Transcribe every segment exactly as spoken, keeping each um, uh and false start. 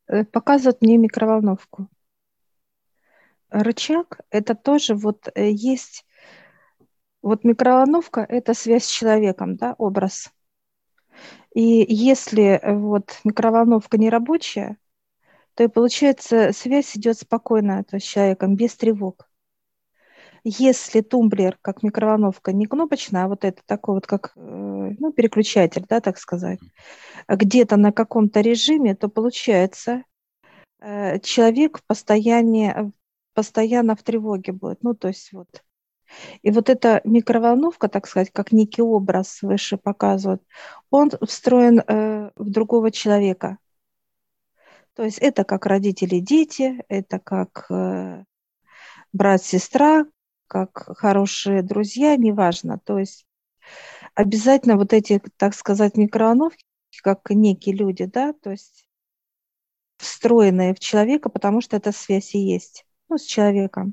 э, показывает мне микроволновку. Рычаг — это тоже вот э, есть... Вот микроволновка — это связь с человеком, да, образ. И если э, вот микроволновка не рабочая, то и получается связь идет спокойно, то есть с человеком, без тревог. Если тумблер, как микроволновка, не кнопочная, а вот это такой вот, как э, ну, переключатель, да, так сказать, а где-то на каком-то режиме, то получается э, человек в постоянно, постоянно в тревоге будет. Ну, то есть вот. И вот эта микроволновка, так сказать, как некий образ выше показывает, он встроен э, в другого человека. То есть это как родители, дети, это как э, брат, сестра, как хорошие друзья, неважно. То есть обязательно вот эти, так сказать, микроволновки, как некие люди, да, то есть встроенные в человека, потому что эта связь и есть, ну, с человеком.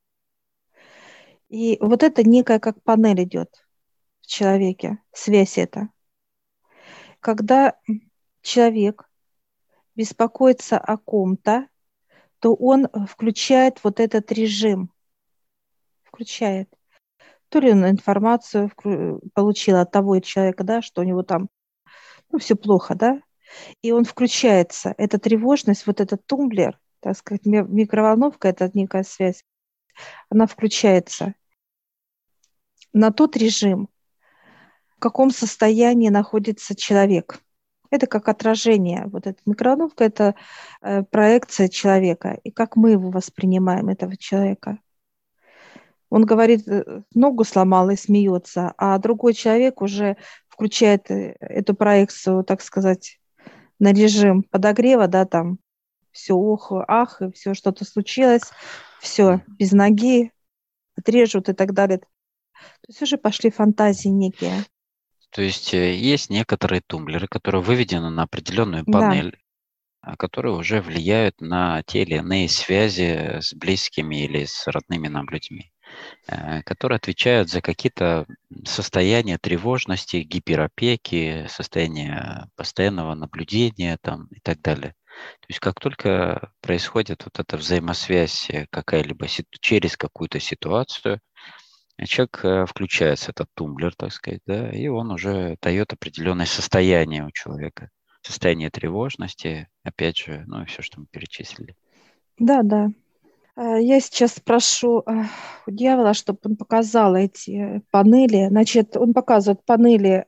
И вот это некая как панель идет в человеке, связь эта. Когда человек беспокоится о ком-то, то он включает вот этот режим, включает. То ли он информацию вклю- получил от того человека, да, что у него там, ну, все плохо, да, и он включается. Эта тревожность, вот этот тумблер, так сказать, ми- микроволновка, это некая связь, она включается на тот режим, в каком состоянии находится человек. Это как отражение. Вот эта микроволновка — это э, проекция человека, и как мы его воспринимаем, этого человека. Он говорит, э, ногу сломал и смеется, а другой человек уже включает э, эту проекцию, так сказать, на режим подогрева, да, там все ох, ах, и все что-то случилось, все без ноги, отрежут и так далее. То есть уже пошли фантазии некие. То есть э, есть некоторые тумблеры, которые выведены на определенную Да, панель, а, которые уже влияют на те или иные связи с близкими или с родными нам людьми, э, которые отвечают за какие-то состояния тревожности, гиперопеки, состояния постоянного наблюдения там, и так далее. То есть как только происходит вот эта взаимосвязь э, какая-либо сит- через какую-то ситуацию, э, человек э, включается, этот тумблер, так сказать, да, и он уже дает определенное состояние у человека. Состояние тревожности, опять же, ну и все, что мы перечислили. да, да. Э, Я сейчас спрошу э, у дьявола, чтобы он показал эти панели. Значит, он показывает панели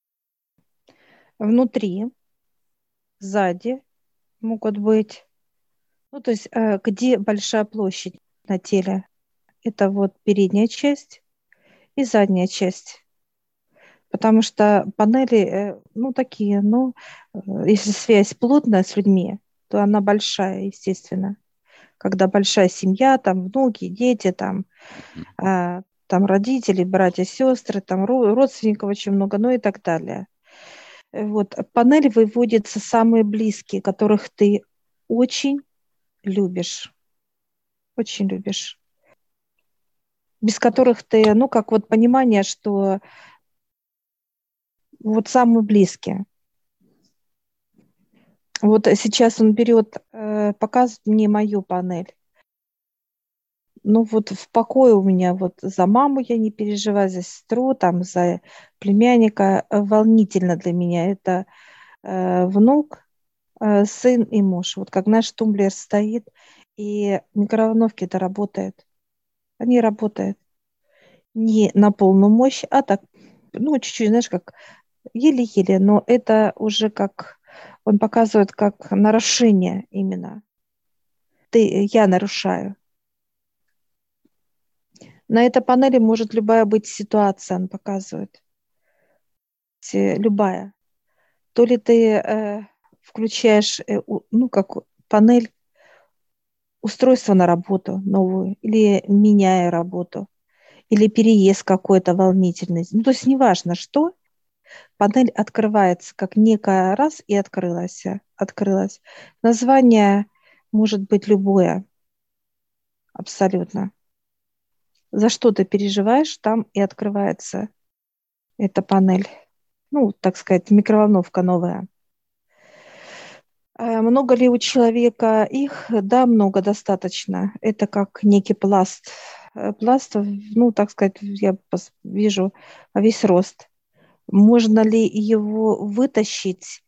внутри, сзади могут быть. Ну, то есть, э, где большая площадь на теле. Это вот передняя часть и задняя часть. Потому что панели, э, ну, такие, ну, э, если связь плотная с людьми, то она большая, естественно. Когда большая семья, там внуки, дети, там, Мгм. а, там родители, братья, сестры, там ро- родственников очень много, ну и так далее. Э, Вот, панели выводятся самые близкие, которых ты очень любишь, очень любишь, без которых ты, ну, как вот понимание, что вот самые близкие. Вот сейчас он берет, э, показывает мне мою панель. Ну вот в покое у меня вот за маму я не переживаю, за сестру, там за племянника. Э, Волнительно для меня это э, внук, э, сын и муж. Вот как наш тумблер стоит, и микроволновки это работает. Они работают не на полную мощь, а так, ну, чуть-чуть, знаешь, как еле-еле, но это уже как он показывает как нарушение именно. Ты, я нарушаю. На этой панели может любая быть ситуация, он показывает. Те- Любая. То ли ты э, включаешь, э, у- ну, как панель устройства на работу новую, или меняя работу, или переезд какой-то волнительный. Ну, то есть неважно что, панель открывается как некая раз и открылась. Открылась. Название может быть любое, абсолютно. За что ты переживаешь, там и открывается эта панель. Ну, так сказать, микроволновка новая. Э, Много ли у человека их? Да, много, достаточно. Это как некий пласт. Э, Пласт, ну, так сказать, я пос- вижу весь рост. Можно ли его вытащить?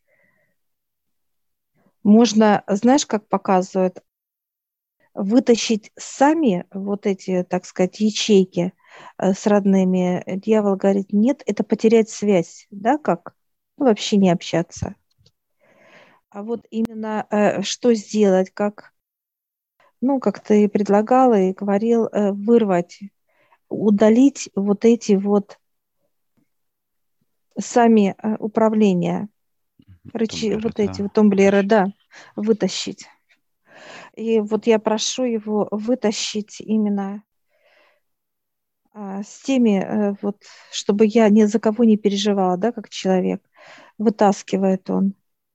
Можно, знаешь, как показывают, вытащить сами вот эти, так сказать, ячейки э, с родными. Дьявол говорит, нет, это потерять связь, да, как? Ну, вообще не общаться. А вот именно э, что сделать, как, ну, как ты предлагала и говорил, э, вырвать, удалить вот эти вот сами э, управления, рычи, Тумблеры, вот эти вот да, тумблеры, вытащить. да, вытащить. И вот я прошу его вытащить именно а, с теми, э, вот, чтобы я ни за кого не переживала, да, как человек. Вытаскивает он,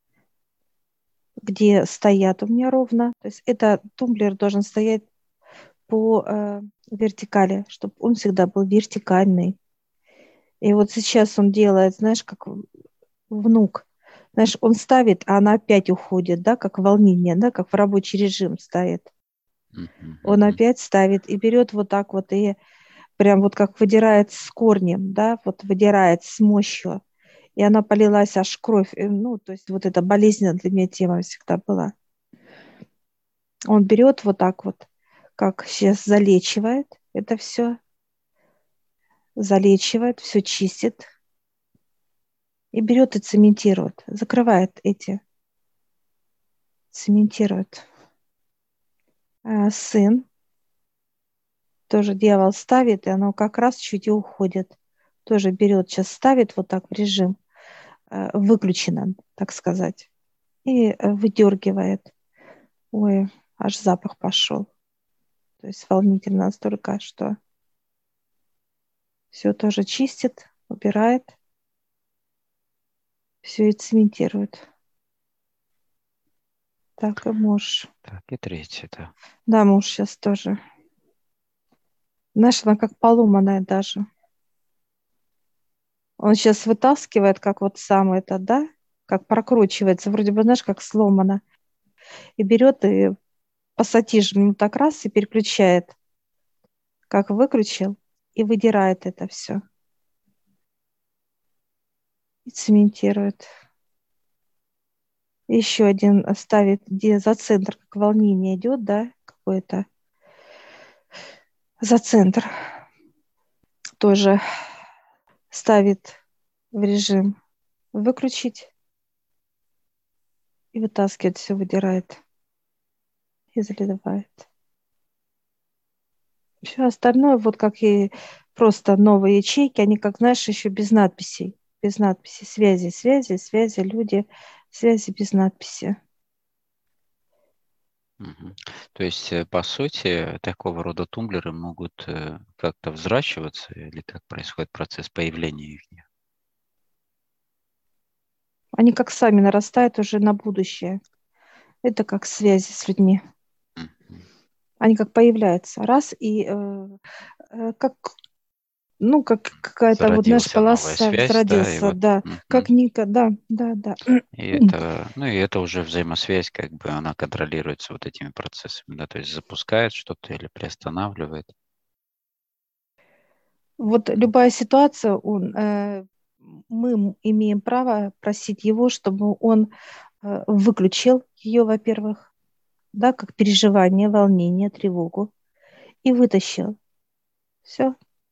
где стоят у меня ровно. То есть это тумблер должен стоять по э, вертикали, чтобы он всегда был вертикальный. И вот сейчас он делает, знаешь, как внук. Знаешь, он ставит, а она опять уходит, да, как волнение, да, как в рабочий режим ставит. Мгм, Он мгм, опять ставит и берет вот так вот и прям вот как выдирает с корнем, да, вот выдирает с мощью. И она полилась аж кровь. э, Ну, то есть вот это болезненная для меня тема всегда была. Он берет вот так вот, как сейчас залечивает это все, залечивает, все чистит и берет и цементирует, закрывает эти, цементирует. А сын тоже дьявол ставит, и оно как раз чуть и уходит. Тоже берет, сейчас ставит вот так в режим, э, выключено, так сказать, и э, выдергивает. Ой, аж запах пошел. То есть волнительно настолько, что все тоже чистит, убирает, все и цементирует. Так и муж. Так, и третье, да. Да, муж сейчас тоже. Знаешь, она как поломанная даже. Он сейчас вытаскивает, как вот сам это, да, как прокручивается, вроде бы, знаешь, как сломано. И берет и пассатижем так раз и переключает, как выключил, и выдирает это все. И цементирует. Еще один ставит, где за центр, как волнение идет, да, какое-то. За центр тоже ставит в режим выключить и вытаскивает, все выдирает и заливает. Все остальное, вот как и просто новые ячейки, они, как знаешь, еще без надписей. Без надписи. Связи, связи, связи, люди, связи без надписи. Мгм. То есть, э, по сути, такого рода тумблеры могут э, как-то взращиваться, или так происходит процесс появления их? Они как сами нарастают уже на будущее. Это как связи с людьми. Мгм. Они как появляются. Раз и э, э, как, ну, как какая-то вот, знаешь, Зародился новая полоса связь, да, и взродился, вот, да. Как мгм. Ника, да, да, да. И это, ну и это уже взаимосвязь, как бы она контролируется вот этими процессами, да, то есть запускает что-то или приостанавливает. Вот М, любая ситуация, он, э, мы м- имеем право просить его, чтобы он э, выключил ее, во-первых, да, как переживание, волнение, тревогу, и вытащил. Все,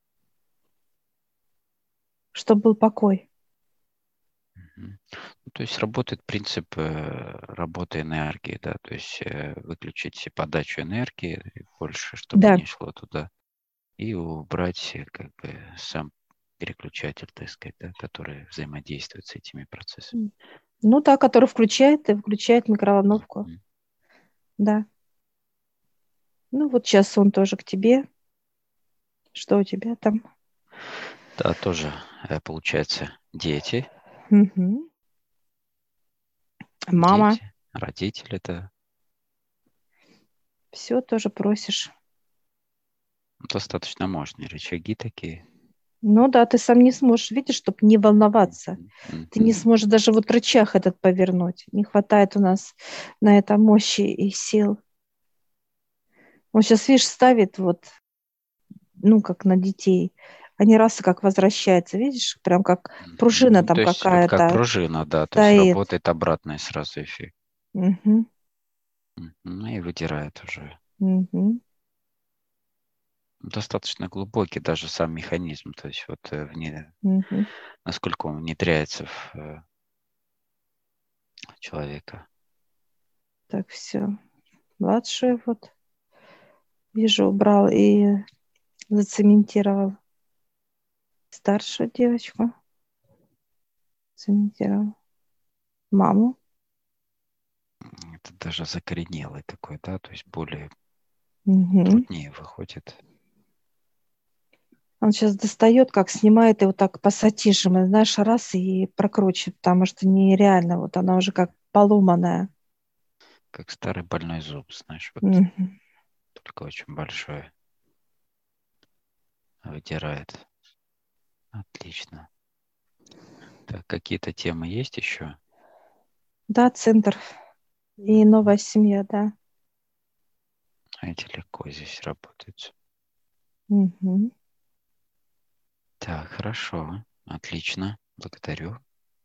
чтобы был покой. мгм. Ну, то есть работает принцип э, работы энергии, да, то есть э, выключить подачу энергии и больше, чтобы Да. не шло туда, и убрать э, как бы сам переключатель, так сказать, да, который взаимодействует с этими процессами. М. Ну да, который включает и выключает микроволновку. Мгм. Да. Ну вот сейчас он тоже к тебе. Что у тебя там? Да, тоже э, получается дети, Мгм. Мама, дети, родители, да, все тоже просишь. достаточно мощные рычаги такие. Ну да, ты сам не сможешь, видишь, чтобы не волноваться. Мгм. Ты не сможешь даже вот рычаг этот повернуть. Не хватает у нас на это мощи и сил. Он сейчас, видишь, ставит вот, ну, как на детей. Они раз и как возвращаются, видишь, прям как пружина Ну, там то есть вот как какая-то пружина, да, то есть стоит. работает обратный сразу эффект. Мгм, Мгм. Ну и выдирает уже. мгм, Достаточно глубокий даже сам механизм, то есть вот э, вне- мгм. насколько он внедряется в э, человека. Так, все. Младшую вот, вижу, убрал и зацементировал старшую девочку. Цементировал. Маму. Это даже закоренелый такой, да, то есть более Мгм. плотнее выходит. Он сейчас достает, как снимает и вот так пассатижем, и, знаешь, раз и прокручивает, потому что нереально, вот она уже как поломанная. Как старый больной зуб, знаешь, вот Мгм. только очень большой. Выдирает. Отлично. Так, какие-то темы есть еще? Да, центр и новая семья, да. А эти легко здесь работают. Мгм. Так, хорошо. Отлично. Благодарю.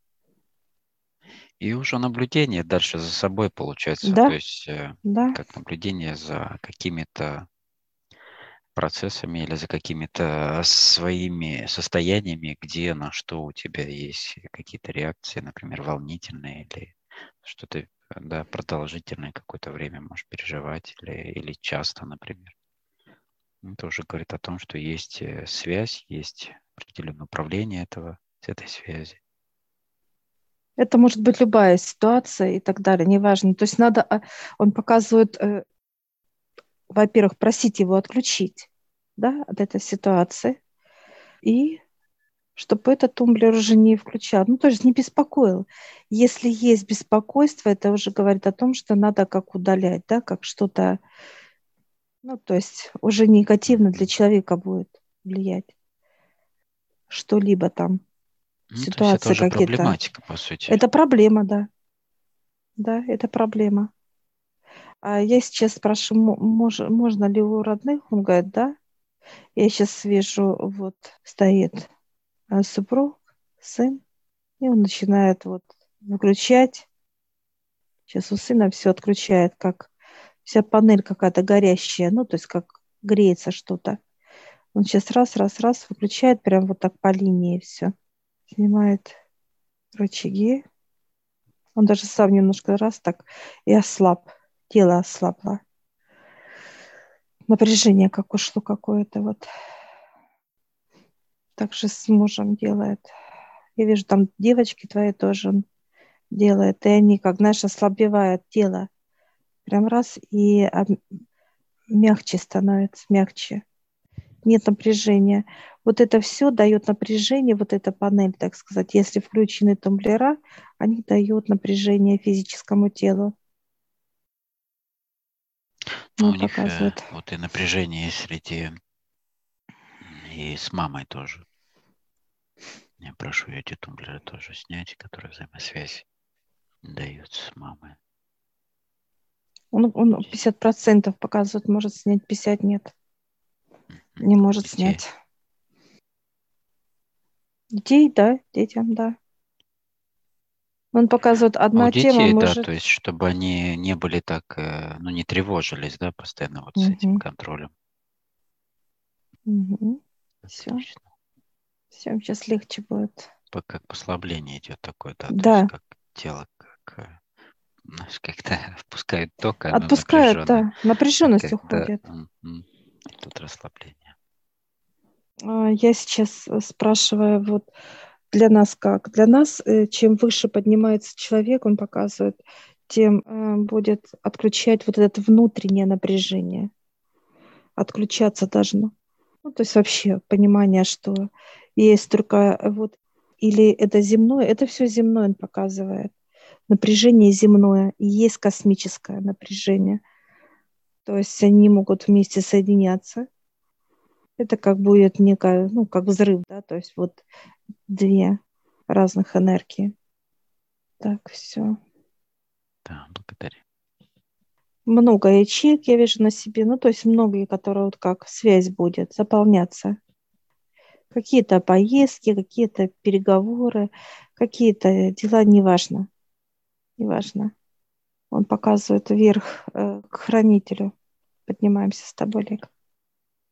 И уже наблюдение дальше за собой получается. Да, То есть э, да. как наблюдение за какими-то процессами или за какими-то своими состояниями, где на что у тебя есть какие-то реакции, например, волнительные или что ты э, да, продолжительное какое-то время можешь переживать или, или часто, например. Это уже говорит о том, что есть э, связь, есть определенное управление этого, этой связи. Это может быть любая ситуация и так далее, неважно. То есть надо, а, он показывает, э, во-первых, просить его отключить, да, от этой ситуации, и чтобы этот тумблер уже не включал, ну, то есть не беспокоил. Если есть беспокойство, это уже говорит о том, что надо как удалять, да, как что-то, ну, то есть уже негативно для Мгм. человека будет влиять, что-либо там, Ну, то есть это ситуации уже какие-то. проблематика, по сути. Это проблема, да, да, это проблема. А я сейчас спрашиваю, мо- мож- можно ли у родных? Он говорит, да. Я сейчас вижу, вот стоит э, супруг, сын, и он начинает вот выключать. Сейчас у сына все отключает, как вся панель какая-то горящая, ну, то есть как греется что-то. Он сейчас раз, раз, раз выключает, прям вот так по линии все. Снимает рычаги. Он даже сам немножко раз так и ослаб. Тело ослабло. Напряжение как ушло какое-то вот. Так же с мужем делает. Я вижу, там девочки твои тоже он делает. И они, как, знаешь, ослабевают тело. Прям раз и об- мягче становится, мягче. Нет напряжения. Вот это все дает напряжение, вот эта панель, так сказать. Если включены тумблера, они дают напряжение физическому телу. Но Ну, у них э, показывает. вот и напряжение есть среди м, и с мамой тоже. Я прошу эти тумблеры тоже снять, которые взаимосвязь дают с мамой. Он, он Здесь. пятьдесят процентов показывает, может снять, пятьдесят нет. Мгм. Не У может детей. снять. Детей, да, детям, да. Он показывает, А у одна тема детей, да, то может... есть, чтобы они не были так, э, ну, не тревожились, да, постоянно вот с этим Угу, контролем. угу. Все, Отлично. все, сейчас легче будет. По- Как послабление идет такое, да, то есть Да, как тело, как, э, знаешь, когда впускает ток, оно отпускают, напряженное, да, напряженность когда уходит. м, м, и тут расслабление. А, Я сейчас э, спрашиваю, вот для нас как? Для нас, э, чем выше поднимается человек, он показывает, тем э, будет отключать вот это внутреннее напряжение. Отключаться должно. Ну, то есть вообще понимание, что есть только э, вот или это земное, это все земное он показывает. Напряжение земное, и есть космическое напряжение. То есть они могут вместе соединяться. Это как будет некая, ну, как взрыв, да, то есть вот две разных энергии. Так, все. Да, благодарю. Много ячеек я вижу на себе, ну, то есть многие, которые вот как связь будет заполняться. Какие-то поездки, какие-то переговоры, какие-то дела, неважно, неважно. Он показывает вверх э, к хранителю. Поднимаемся с тобой, Олег.